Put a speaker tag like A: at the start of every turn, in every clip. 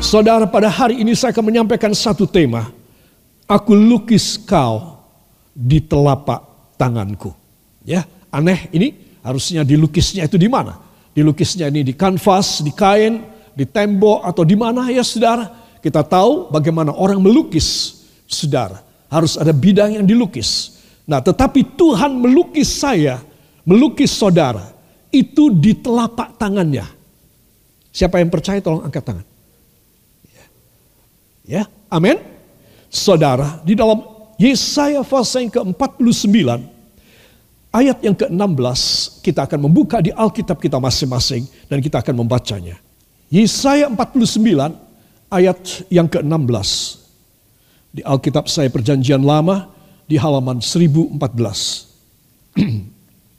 A: Saudara, pada hari ini saya akan menyampaikan satu tema. Aku lukis kau di telapak tanganku. Ya, aneh ini, harusnya dilukisnya itu di mana? Dilukisnya ini di kanvas, di kain, di tembok, atau di mana ya saudara? Kita tahu bagaimana orang melukis, saudara. Harus ada bidang yang dilukis. Nah, tetapi Tuhan melukis saya, melukis saudara, itu di telapak tangannya. Siapa yang percaya tolong angkat tangan. Ya, amin. Saudara, di dalam Yesaya pasal yang ke-49, ayat yang ke-16, kita akan membuka di Alkitab kita masing-masing dan kita akan membacanya. Yesaya 49, ayat yang ke-16. Di Alkitab saya Perjanjian Lama, di halaman 1014. 1,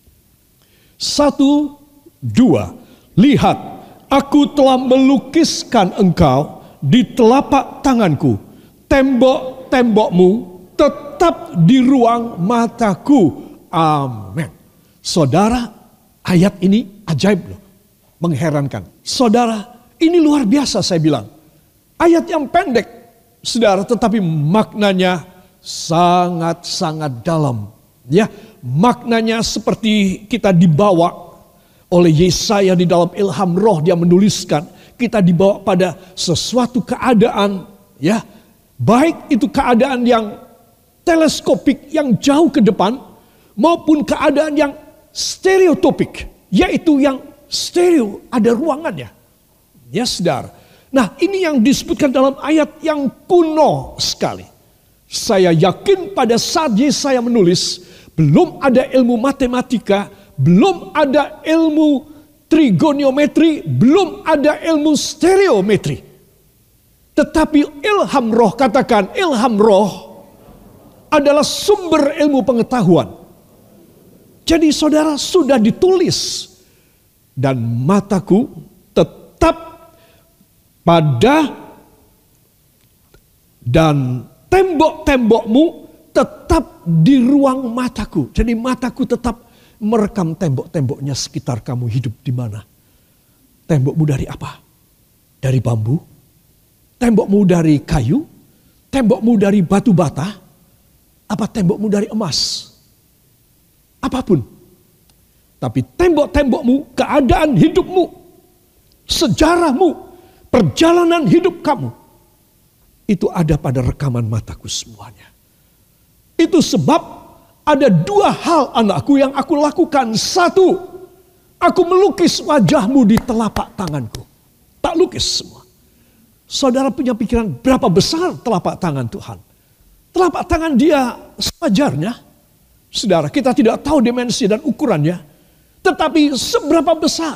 A: 2, lihat, aku telah melukiskan engkau di telapak tanganku, tembok-tembokmu tetap di ruang mataku. Amin. Saudara, ayat ini ajaib loh, mengherankan. Saudara, ini luar biasa saya bilang. Ayat yang pendek, saudara, tetapi maknanya sangat-sangat dalam. Ya, maknanya seperti kita dibawa oleh Yesaya di dalam ilham roh, dia menuliskan. Kita dibawa pada sesuatu keadaan, ya, baik itu keadaan yang teleskopik, yang jauh ke depan, maupun keadaan yang stereotopik, yaitu yang stereo, ada ruangannya. Ya saudara. Nah, ini yang disebutkan dalam ayat yang kuno sekali. Saya yakin pada saat Yesaya menulis, belum ada ilmu matematika, belum ada ilmu trigoniometri, belum ada ilmu stereometri. Tetapi ilham roh, katakan ilham roh adalah sumber ilmu pengetahuan. Jadi saudara, sudah ditulis. Dan mataku tetap pada, dan tembok-tembokmu tetap di ruang mataku. Jadi mataku tetap merekam tembok-temboknya sekitar kamu hidup di mana. Tembokmu dari apa? Dari bambu? Tembokmu dari kayu? Tembokmu dari batu bata? Apa tembokmu dari emas? Apapun. Tapi tembok-tembokmu, keadaan hidupmu, sejarahmu, perjalanan hidup kamu, itu ada pada rekaman mataku semuanya. Itu sebab ada dua hal anakku yang aku lakukan. Satu, aku melukis wajahmu di telapak tanganku. Tak lukis semua. Saudara punya pikiran berapa besar telapak tangan Tuhan? Telapak tangan dia sewajarnya. Saudara, kita tidak tahu dimensi dan ukurannya. Tetapi seberapa besar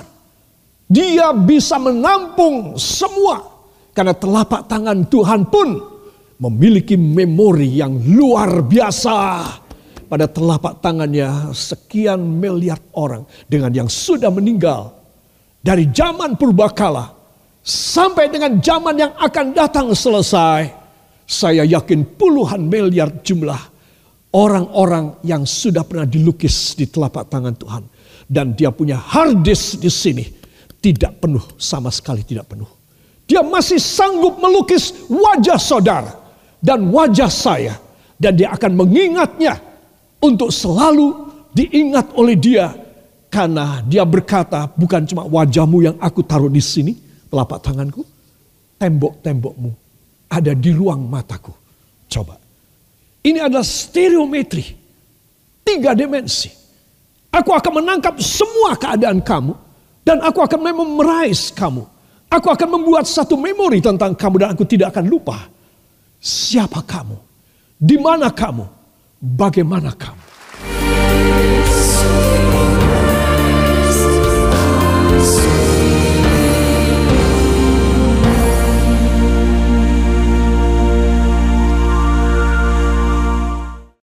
A: dia bisa menampung semua. Karena telapak tangan Tuhan pun memiliki memori yang luar biasa. Pada telapak tangannya sekian miliar orang dengan yang sudah meninggal. Dari zaman purbakala sampai dengan zaman yang akan datang selesai. Saya yakin puluhan miliar jumlah orang-orang yang sudah pernah dilukis di telapak tangan Tuhan. Dan dia punya hard disk di sini. Tidak penuh, sama sekali tidak penuh. Dia masih sanggup melukis wajah saudara dan wajah saya. Dan dia akan mengingatnya untuk selalu diingat oleh dia. Karena dia berkata, bukan cuma wajahmu yang aku taruh di sini, telapak tanganku. Tembok-tembokmu ada di ruang mataku. Coba. Ini adalah stereometri. 3 dimensi. Aku akan menangkap semua keadaan kamu. Dan aku akan memorize kamu. Aku akan membuat satu memori tentang kamu. Dan aku tidak akan lupa. Siapa kamu? Di mana kamu? Bagaimana kamu?